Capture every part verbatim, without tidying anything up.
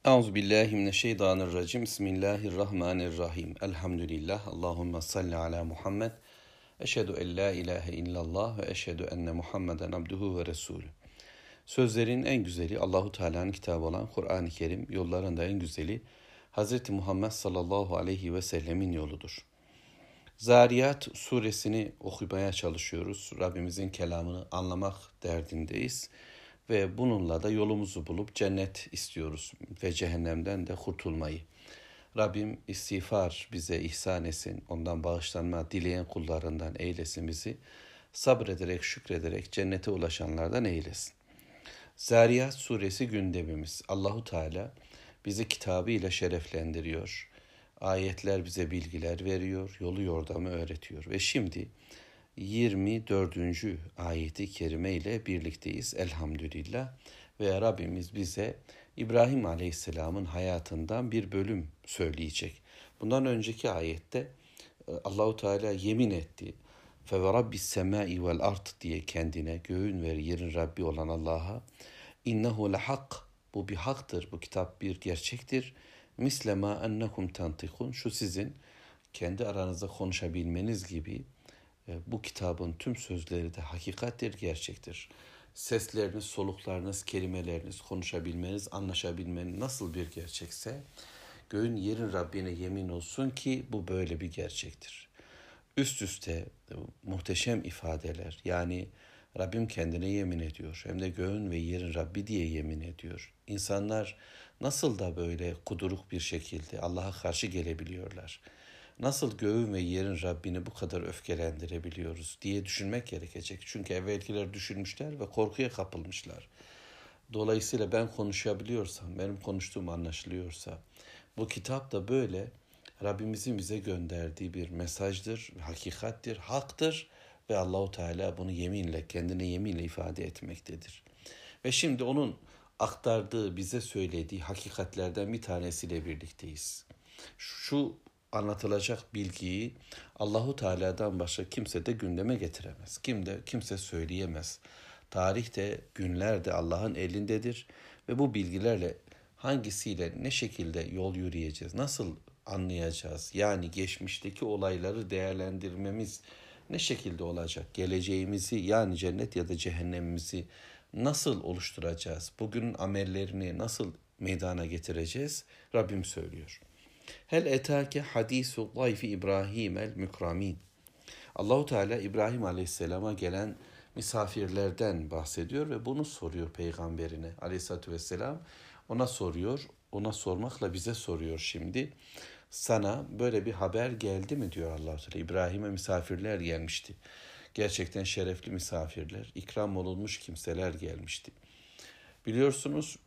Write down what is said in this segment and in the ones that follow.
Euzubillahimineşşeytanirracim. Bismillahirrahmanirrahim. Elhamdülillah. Allahümme salli ala Muhammed. Eşhedü en la ilahe illallah ve eşhedü enne Muhammeden abduhu ve resulü. Sözlerin en güzeli Allahu Teala'nın kitabı olan Kur'an-ı Kerim, yolların da en güzeli Hz. Muhammed sallallahu aleyhi ve sellemin yoludur. Zariyat suresini okumaya çalışıyoruz. Rabbimizin kelamını anlamak derdindeyiz. Ve bununla da yolumuzu bulup cennet istiyoruz ve cehennemden de kurtulmayı. Rabbim istiğfar bize ihsan etsin, ondan bağışlanma dileyen kullarından eylesin bizi. Sabrederek, şükrederek cennete ulaşanlardan eylesin. Zariyat suresi gündemimiz. Allahu Teala bizi kitabıyla şereflendiriyor. Ayetler bize bilgiler veriyor, yolu yordamı öğretiyor. Ve şimdi yirmi dördüncü ayeti kerime ile birlikteyiz elhamdülillah. Ve Rabbimiz bize İbrahim Aleyhisselam'ın hayatından bir bölüm söyleyecek. Bundan önceki ayette Allahu Teala yemin etti. Fe ve rabbis semai vel ard diye kendine, göğün ve yerin Rabbi olan Allah'a, innehu lehak, bu bir haktır, bu kitap bir gerçektir. Misle ma ennekum tantikun, şu sizin kendi aranızda konuşabilmeniz gibi bu kitabın tüm sözleri de hakikattir, gerçektir. Sesleriniz, soluklarınız, kelimeleriniz, konuşabilmeniz, anlaşabilmeniz nasıl bir gerçekse, göğün yerin Rabbine yemin olsun ki bu böyle bir gerçektir. Üst üste muhteşem ifadeler, yani Rabbim kendine yemin ediyor, hem de göğün ve yerin Rabbi diye yemin ediyor. İnsanlar nasıl da böyle kuduruk bir şekilde Allah'a karşı gelebiliyorlar? Nasıl göğün ve yerin Rabbini bu kadar öfkelendirebiliyoruz diye düşünmek gerekecek. Çünkü evvelkiler düşünmüşler ve korkuya kapılmışlar. Dolayısıyla ben konuşabiliyorsam, benim konuştuğum anlaşılıyorsa, bu kitap da böyle Rabbimizin bize gönderdiği bir mesajdır, hakikattir, haktır ve Allahu Teala bunu yeminle, kendine yeminle ifade etmektedir. Ve şimdi onun aktardığı, bize söylediği hakikatlerden bir tanesiyle birlikteyiz. Şu anlatılacak bilgiyi Allahu Teala'dan başka kimse de gündeme getiremez. Kim de kimse söyleyemez. Tarihte, günlerde Allah'ın elindedir ve bu bilgilerle hangisiyle ne şekilde yol yürüyeceğiz, nasıl anlayacağız? Yani geçmişteki olayları değerlendirmemiz ne şekilde olacak? Geleceğimizi, yani cennet ya da cehennemimizi nasıl oluşturacağız? Bugünün amellerini nasıl meydana getireceğiz? Rabbim söylüyor. Hel etâke hadisu zayfi İbrahim'el mükramin. Allahu Teala İbrahim Aleyhisselam'a gelen misafirlerden bahsediyor ve bunu soruyor peygamberine. Aleyhisselatü Vesselam ona soruyor. Ona sormakla bize soruyor şimdi. Sana böyle bir haber geldi mi diyor Allah-u Teala. İbrahim'e misafirler gelmişti. Gerçekten şerefli misafirler, ikram olunmuş kimseler gelmişti. Biliyorsunuz,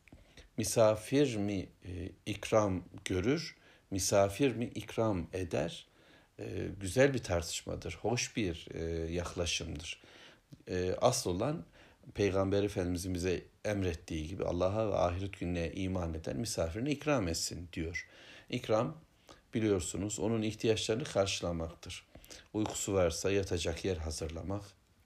misafir mi e, ikram görür, misafir mi ikram eder? E, güzel bir tartışmadır, hoş bir e, yaklaşımdır. E, asıl olan Peygamber Efendimizin bize emrettiği gibi Allah'a ve ahiret gününe iman eden misafirine ikram etsin diyor. İkram, biliyorsunuz, onun ihtiyaçlarını karşılamaktır. Uykusu varsa yatacak yer hazırlamak,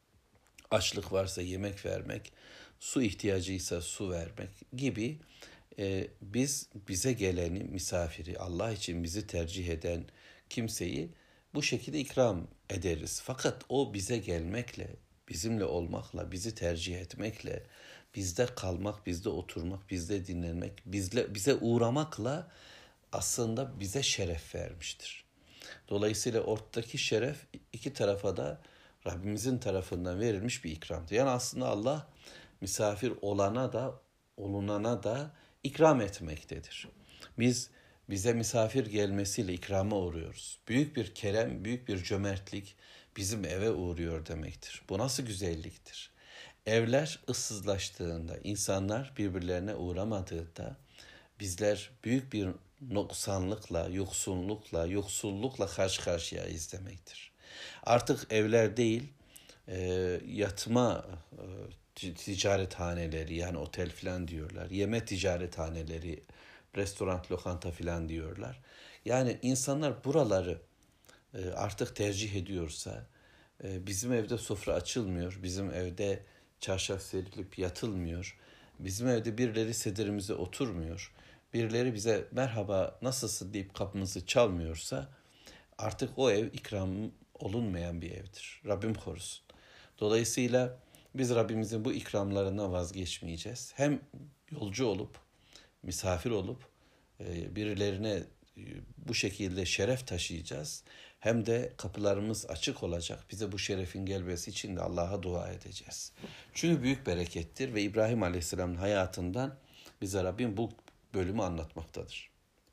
açlık varsa yemek vermek, su ihtiyacıysa su vermek gibi e, biz bize geleni, misafiri, Allah için bizi tercih eden kimseyi bu şekilde ikram ederiz. Fakat o bize gelmekle, bizimle olmakla, bizi tercih etmekle, bizde kalmak, bizde oturmak, bizde dinlenmek, bizle, bize uğramakla aslında bize şeref vermiştir. Dolayısıyla ortadaki şeref iki tarafa da Rabbimizin tarafından verilmiş bir ikramdır. Yani aslında Allah misafir olana da olunana da ikram etmektedir. Biz bize misafir gelmesiyle ikrama uğruyoruz. Büyük bir kerem, büyük bir cömertlik bizim eve uğruyor demektir. Bu nasıl güzelliktir? Evler ıssızlaştığında, insanlar birbirlerine uğramadığında bizler büyük bir noksanlıkla, yoksunlukla, yoksullukla karşı karşıyayız demektir. Artık evler değil, e, yatma e, ticarethaneleri, yani otel filan diyorlar. Yeme ticarethaneleri, restoran, lokanta filan diyorlar. Yani insanlar buraları e, artık tercih ediyorsa, e, bizim evde sofra açılmıyor, bizim evde çarşaf serilip yatılmıyor, bizim evde birileri sedirimize oturmuyor, birileri bize merhaba nasılsın deyip kapımızı çalmıyorsa artık o ev ikram olunmayan bir evdir. Rabbim korusun. Dolayısıyla biz Rabbimizin bu ikramlarına vazgeçmeyeceğiz. Hem yolcu olup, misafir olup birilerine bu şekilde şeref taşıyacağız. Hem de kapılarımız açık olacak. Bize bu şerefin gelmesi için de Allah'a dua edeceğiz. Çünkü büyük berekettir ve İbrahim Aleyhisselam'ın hayatından bize Rabbim bu bölümü anlatmaktadır.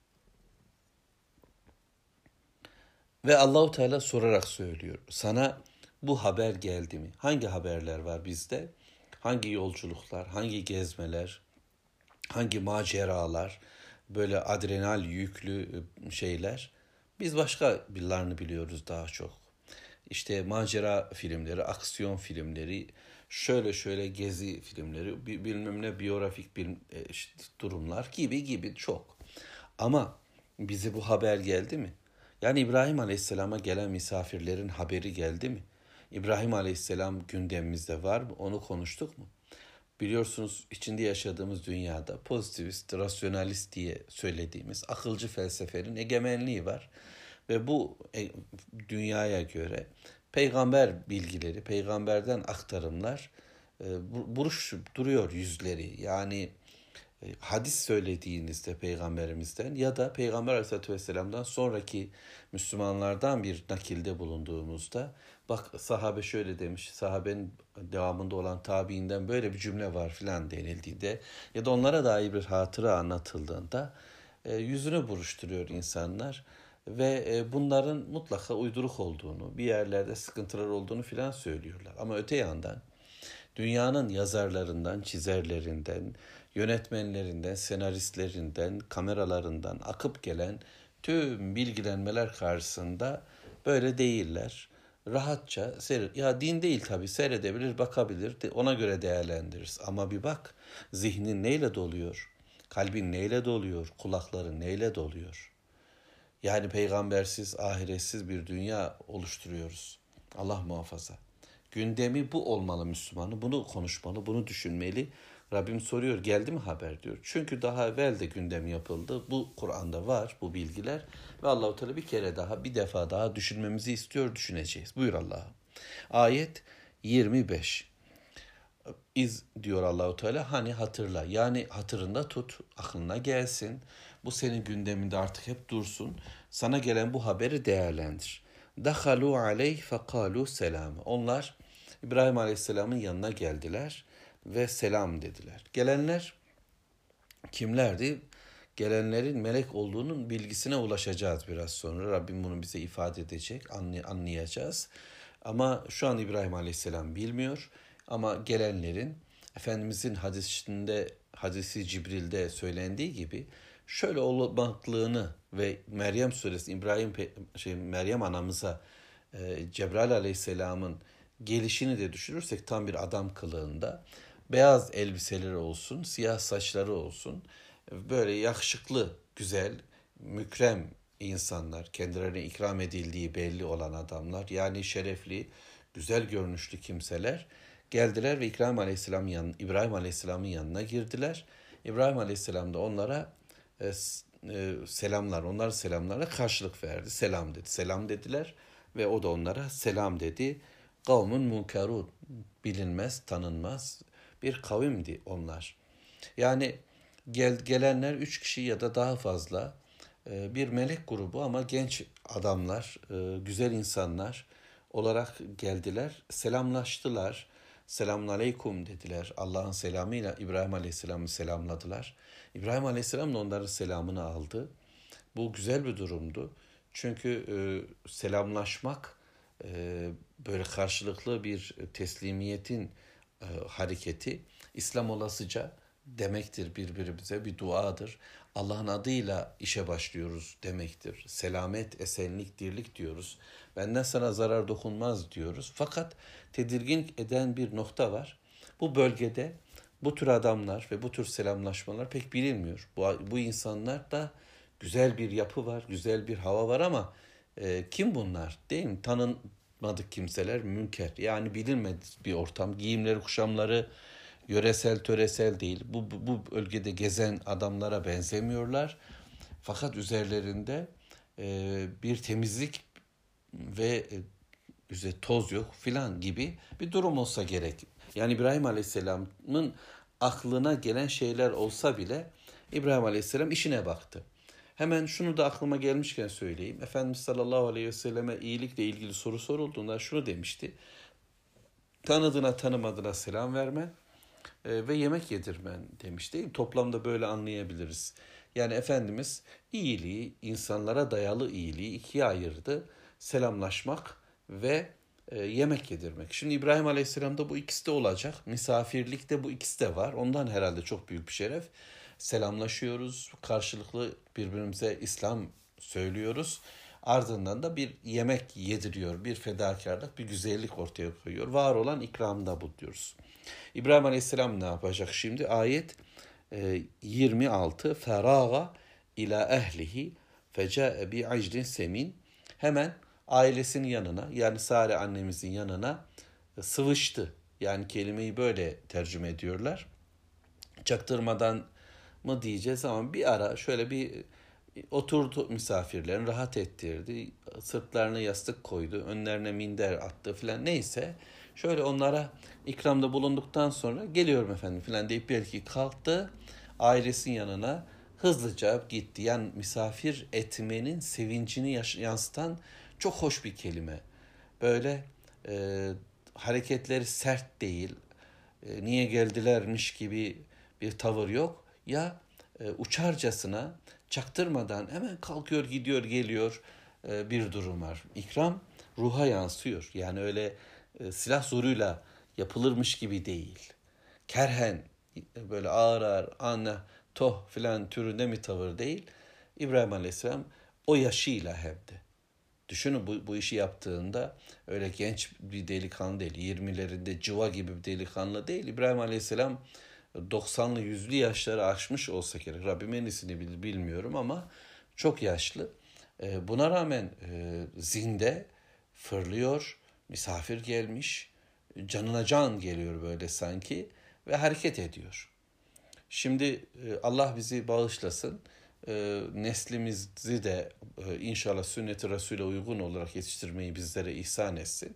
Ve Allahu Teala sorarak söylüyor. Sana bu haber geldi mi? Hangi haberler var bizde? Hangi yolculuklar, hangi gezmeler, hangi maceralar, böyle adrenal yüklü şeyler? Biz başka birlerini biliyoruz daha çok. İşte macera filmleri, aksiyon filmleri, şöyle şöyle gezi filmleri, bilmem ne biyografik bir işte durumlar gibi gibi çok. Ama bize bu haber geldi mi? Yani İbrahim Aleyhisselam'a gelen misafirlerin haberi geldi mi? İbrahim Aleyhisselam gündemimizde var mı? Onu konuştuk mu? Biliyorsunuz içinde yaşadığımız dünyada pozitivist, rasyonalist diye söylediğimiz akılcı felsefenin egemenliği var. Ve bu dünyaya göre peygamber bilgileri, peygamberden aktarımlar buruş duruyor yüzleri. Yani hadis söylediğinizde peygamberimizden ya da Peygamber Aleyhisselatü Vesselam'dan sonraki Müslümanlardan bir nakilde bulunduğumuzda bak sahabe şöyle demiş, sahabenin devamında olan tabiinden böyle bir cümle var filan denildiğinde ya da onlara dair bir hatıra anlatıldığında yüzünü buruşturuyor insanlar ve bunların mutlaka uyduruk olduğunu, bir yerlerde sıkıntılar olduğunu filan söylüyorlar. Ama öte yandan dünyanın yazarlarından, çizerlerinden, yönetmenlerinden, senaristlerinden, kameralarından akıp gelen tüm bilgilenmeler karşısında böyle değiller. Rahatça seyret. Ya din değil tabii, seyredebilir, bakabilir, ona göre değerlendiririz. Ama bir bak, zihnin neyle doluyor? Kalbin neyle doluyor? Kulakların neyle doluyor? Yani peygambersiz, ahiretsiz bir dünya oluşturuyoruz. Allah muhafaza. Gündemi bu olmalı Müslümanı. Bunu konuşmalı, bunu düşünmeli. Rabbim soruyor, geldi mi haber diyor. Çünkü daha evvel de gündem yapıldı. Bu Kur'an'da var bu bilgiler. Ve Allah-u Teala bir kere daha, bir defa daha düşünmemizi istiyor, düşüneceğiz. Buyur Allah'ım. Ayet yirmi beş. İz diyor Allah-u Teala, hani hatırla. Yani hatırında tut, aklına gelsin. Bu senin gündeminde artık hep dursun. Sana gelen bu haberi değerlendir. Dakhalu aleyh fekalu selam. Onlar İbrahim Aleyhisselam'ın yanına geldiler ve selam dediler. Gelenler kimlerdi? Gelenlerin melek olduğunun bilgisine ulaşacağız biraz sonra. Rabbim bunu bize ifade edecek, anlayacağız. Ama şu an İbrahim Aleyhisselam bilmiyor. Ama gelenlerin Efendimizin hadisinde, hadisi Cibril'de söylendiği gibi şöyle olmaklığını ve Meryem suresi İbrahim şey Meryem anamıza e, Cebrail Aleyhisselam'ın gelişini de düşünürsek tam bir adam kılığında beyaz elbiseleri olsun, siyah saçları olsun, böyle yakışıklı, güzel, mükrem insanlar, kendilerine ikram edildiği belli olan adamlar, yani şerefli, güzel görünüşlü kimseler geldiler ve İbrahim Aleyhisselam'ın yan, İbrahim Aleyhisselam'ın yanına girdiler. İbrahim Aleyhisselam da onlara e, e, selamlar, onların selamlarına karşılık verdi. Selam dedi. Selam dediler ve o da onlara selam dedi. Kavmun munkerun, bilinmez, tanınmaz bir kavimdi onlar. Yani gel, gelenler üç kişi ya da daha fazla e, bir melek grubu ama genç adamlar, e, güzel insanlar olarak geldiler, selamlaştılar. Selamun aleyküm dediler. Allah'ın selamıyla İbrahim Aleyhisselam'ı selamladılar. İbrahim Aleyhisselam da onların selamını aldı. Bu güzel bir durumdu. Çünkü e, selamlaşmak e, böyle karşılıklı bir teslimiyetin e, hareketi İslam olasıca demektir birbirimize, bir duadır. Allah'ın adıyla işe başlıyoruz demektir. Selamet, esenlik, dirlik diyoruz. Benden sana zarar dokunmaz diyoruz. Fakat tedirgin eden bir nokta var. Bu bölgede bu tür adamlar ve bu tür selamlaşmalar pek bilinmiyor. Bu, bu insanlarda güzel bir yapı var, güzel bir hava var ama e, kim bunlar değil mi? Tanınmadık kimseler, münker. Yani bilinmedik bir ortam. Giyimleri, kuşamları yöresel töresel değil. Bu, bu, bu bölgede gezen adamlara benzemiyorlar. Fakat üzerlerinde e, bir temizlik ve e, toz yok filan gibi bir durum olsa gerek. Yani İbrahim Aleyhisselam'ın aklına gelen şeyler olsa bile İbrahim Aleyhisselam işine baktı. Hemen şunu da aklıma gelmişken söyleyeyim. Efendimiz sallallahu aleyhi ve selleme iyilikle ilgili soru sorulduğunda şunu demişti. Tanıdığına tanımadığına selam vermen e, ve yemek yedirmen demiş değil mi? Toplamda böyle anlayabiliriz. Yani Efendimiz iyiliği, insanlara dayalı iyiliği ikiye ayırdı. Selamlaşmak ve e, yemek yedirmek. Şimdi İbrahim Aleyhisselam'da bu ikisi de olacak. Misafirlikte bu ikisi de var. Ondan herhalde çok büyük bir şeref. Selamlaşıyoruz. Karşılıklı birbirimize İslam söylüyoruz. Ardından da bir yemek yediriyor. Bir fedakarlık, bir güzellik ortaya koyuyor. Var olan ikramda bu diyoruz. İbrahim Aleyhisselam ne yapacak şimdi? Ayet e, yirmi altı. Feraga ila ehlihi fecae bi aclin semin. Hemen ailesinin yanına, yani Sare annemizin yanına e, sıvıştı. Yani kelimeyi böyle tercüme ediyorlar. Çaktırmadan mı diyeceğiz ama bir ara şöyle bir oturdu, misafirlerini rahat ettirdi. Sırtlarına yastık koydu, önlerine minder attı filan, neyse. Şöyle onlara ikramda bulunduktan sonra geliyorum efendim filan deyip belki kalktı. Ailesinin yanına hızlıca gitti. Yani misafir etmenin sevincini yansıtan çok hoş bir kelime. Böyle e, hareketleri sert değil, e, niye geldilermiş gibi bir tavır yok. Ya e, uçarcasına, çaktırmadan hemen kalkıyor, gidiyor, geliyor e, bir durum var. İkram ruha yansıyor. Yani öyle e, silah zoruyla yapılırmış gibi değil. Kerhen, e, böyle ağır ağır anne toh filan türünde mi tavır değil. İbrahim Aleyhisselam o yaşıyla hem de. Düşünün bu, bu işi yaptığında öyle genç bir delikanlı değil. yirmilerinde cıva gibi bir delikanlı değil. İbrahim Aleyhisselam doksanlı yüzlü yaşları aşmış olsa gerek. Rabbim en iyisini bilmiyorum ama çok yaşlı. Buna rağmen zinde fırlıyor. Misafir gelmiş. Canına can geliyor böyle sanki ve hareket ediyor. Şimdi Allah bizi bağışlasın. Neslimizi de inşallah sünnet-i Resul'e uygun olarak yetiştirmeyi bizlere ihsan etsin.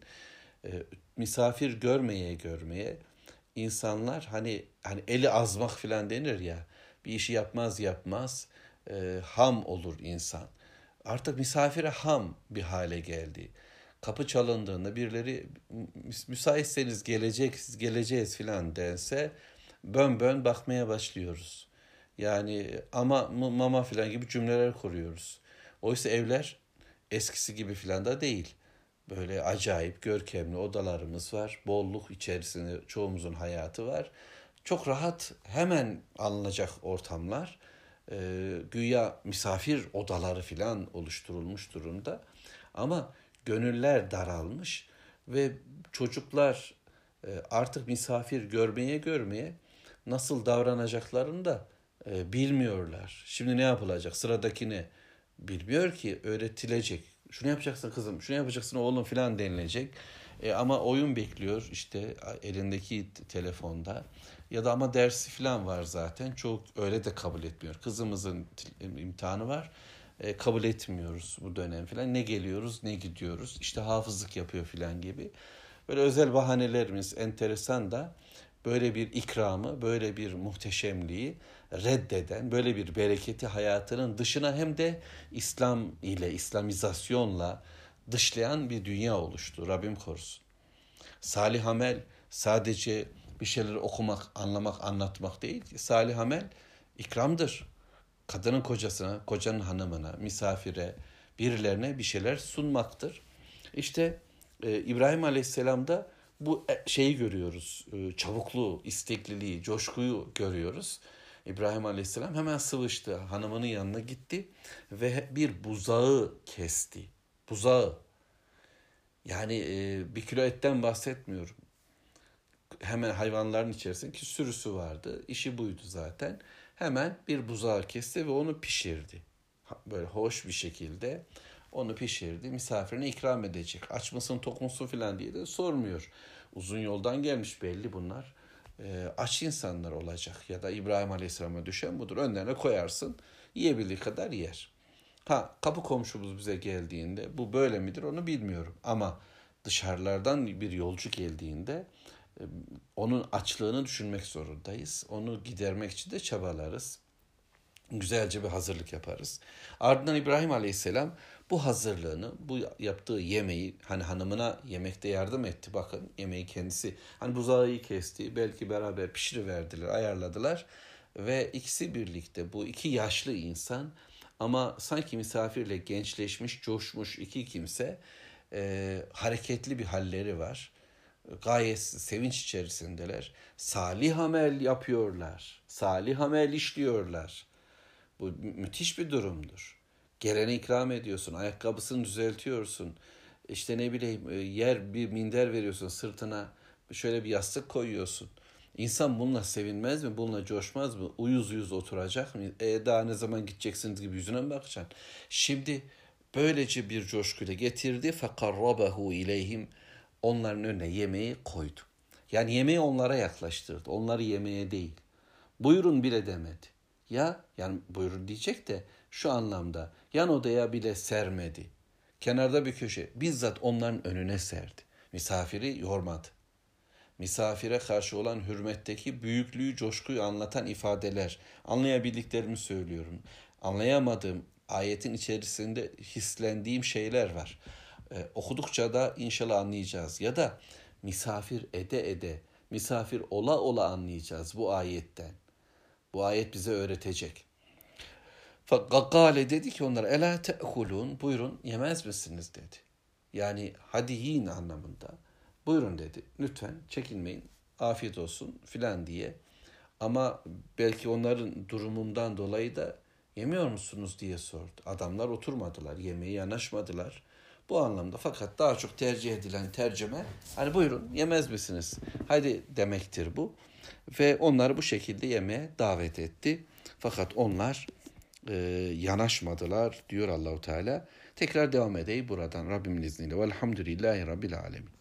Misafir görmeye görmeye insanlar hani hani eli azmak falan denir ya, bir işi yapmaz yapmaz e, ham olur insan. Artık misafire ham bir hale geldi. Kapı çalındığında birileri müsaitseniz gelecek, geleceğiz filan dense bön bön bakmaya başlıyoruz. Yani ama mama filan gibi cümleler kuruyoruz. Oysa evler eskisi gibi filan da değil. Böyle acayip görkemli odalarımız var. Bolluk içerisinde çoğumuzun hayatı var. Çok rahat hemen alınacak ortamlar. Ee, güya misafir odaları filan oluşturulmuş durumda. Ama gönüller daralmış ve çocuklar e, artık misafir görmeye görmeye nasıl davranacaklarını da e, bilmiyorlar. Şimdi ne yapılacak? Sıradakini bilmiyor ki, öğretilecek. Şunu yapacaksın kızım, şunu yapacaksın oğlum filan denilecek. E, ama oyun bekliyor işte elindeki telefonda. Ya da ama dersi filan var zaten. Çok öyle de kabul etmiyor. Kızımızın imtihanı var. E, kabul etmiyoruz bu dönem filan. Ne geliyoruz ne gidiyoruz. İşte hafızlık yapıyor filan gibi. Böyle özel bahanelerimiz enteresan da böyle bir ikramı, böyle bir muhteşemliği reddeden, böyle bir bereketi hayatının dışına hem de İslam ile, İslamizasyonla dışlayan bir dünya oluştu. Rabbim korusun. Salih amel sadece bir şeyleri okumak, anlamak, anlatmak değil ki. Salih amel ikramdır. Kadının kocasına, kocanın hanımına, misafire, birilerine bir şeyler sunmaktır. İşte e, İbrahim Aleyhisselam'da bu şeyi görüyoruz. E, çabukluğu, istekliliği, coşkuyu görüyoruz. İbrahim Aleyhisselam hemen sıvıştı. Hanımının yanına gitti ve bir buzağı kesti. Buzağı. Yani e, bir kilo etten bahsetmiyorum. Hemen hayvanların içerisindeki sürüsü vardı. İşi buydu zaten. Hemen bir buzağı kesti ve onu pişirdi. Böyle hoş bir şekilde onu pişirdi. Misafirine ikram edecek. Aç mısın, tok musun falan diye de sormuyor. Uzun yoldan gelmiş belli bunlar. e, aç insanlar olacak ya da İbrahim Aleyhisselam'a düşen budur. Önlerine koyarsın, yiyebildiği kadar yer. Ha, kapı komşumuz bize geldiğinde bu böyle midir onu bilmiyorum. Ama dışarılardan bir yolcu geldiğinde e, onun açlığını düşünmek zorundayız. Onu gidermek için de çabalarız. Güzelce bir hazırlık yaparız. Ardından İbrahim Aleyhisselam bu hazırlığını, bu yaptığı yemeği, hani hanımına yemekte yardım etti. Bakın yemeği kendisi, hani buzağıyı kesti, belki beraber pişiriverdiler, ayarladılar. Ve ikisi birlikte, bu iki yaşlı insan ama sanki misafirle gençleşmiş, coşmuş iki kimse, e, hareketli bir halleri var. Gayet sevinç içerisindeler. Salih amel yapıyorlar. Salih amel işliyorlar. Bu müthiş bir durumdur. Gelene ikram ediyorsun, ayakkabısını düzeltiyorsun. İşte ne bileyim yer bir minder veriyorsun sırtına, şöyle bir yastık koyuyorsun. İnsan bununla sevinmez mi? Bununla coşmaz mı? Uyuz uyuz oturacak mı? E daha ne zaman gideceksiniz gibi yüzüne mi bakacaksın? Şimdi böylece bir coşkuyla getirdi. فَقَرَّبَهُ ileyhim, onların önüne yemeği koydu. Yani yemeği onlara yaklaştırdı. Onları yemeğe değil. Buyurun bile demedi. Ya yani buyurun diyecek de şu anlamda yan odaya bile sermedi. Kenarda bir köşe bizzat onların önüne serdi. Misafiri yormadı. Misafire karşı olan hürmetteki büyüklüğü, coşkuyu anlatan ifadeler. Anlayabildiklerimi söylüyorum. Anlayamadığım, ayetin içerisinde hislendiğim şeyler var. Ee, okudukça da inşallah anlayacağız. Ya da misafir ede ede, misafir ola ola anlayacağız bu ayetten. Bu ayet bize öğretecek. Fakale dedi ki onlara, ela te'kulun, buyurun yemez misiniz dedi. Yani hadi yiyin anlamında. Buyurun dedi. Lütfen çekinmeyin. Afiyet olsun filan diye. Ama belki onların durumundan dolayı da yemiyor musunuz diye sordu. Adamlar oturmadılar. Yemeğe yanaşmadılar. Bu anlamda fakat daha çok tercih edilen tercüme hani buyurun yemez misiniz? Hadi demektir bu. Ve onları bu şekilde yemeğe davet etti. Fakat onlar e, yanaşmadılar diyor Allahu Teala. Tekrar devam edeyim buradan Rabbimin izniyle. Velhamdülillahi Rabbil Alemin.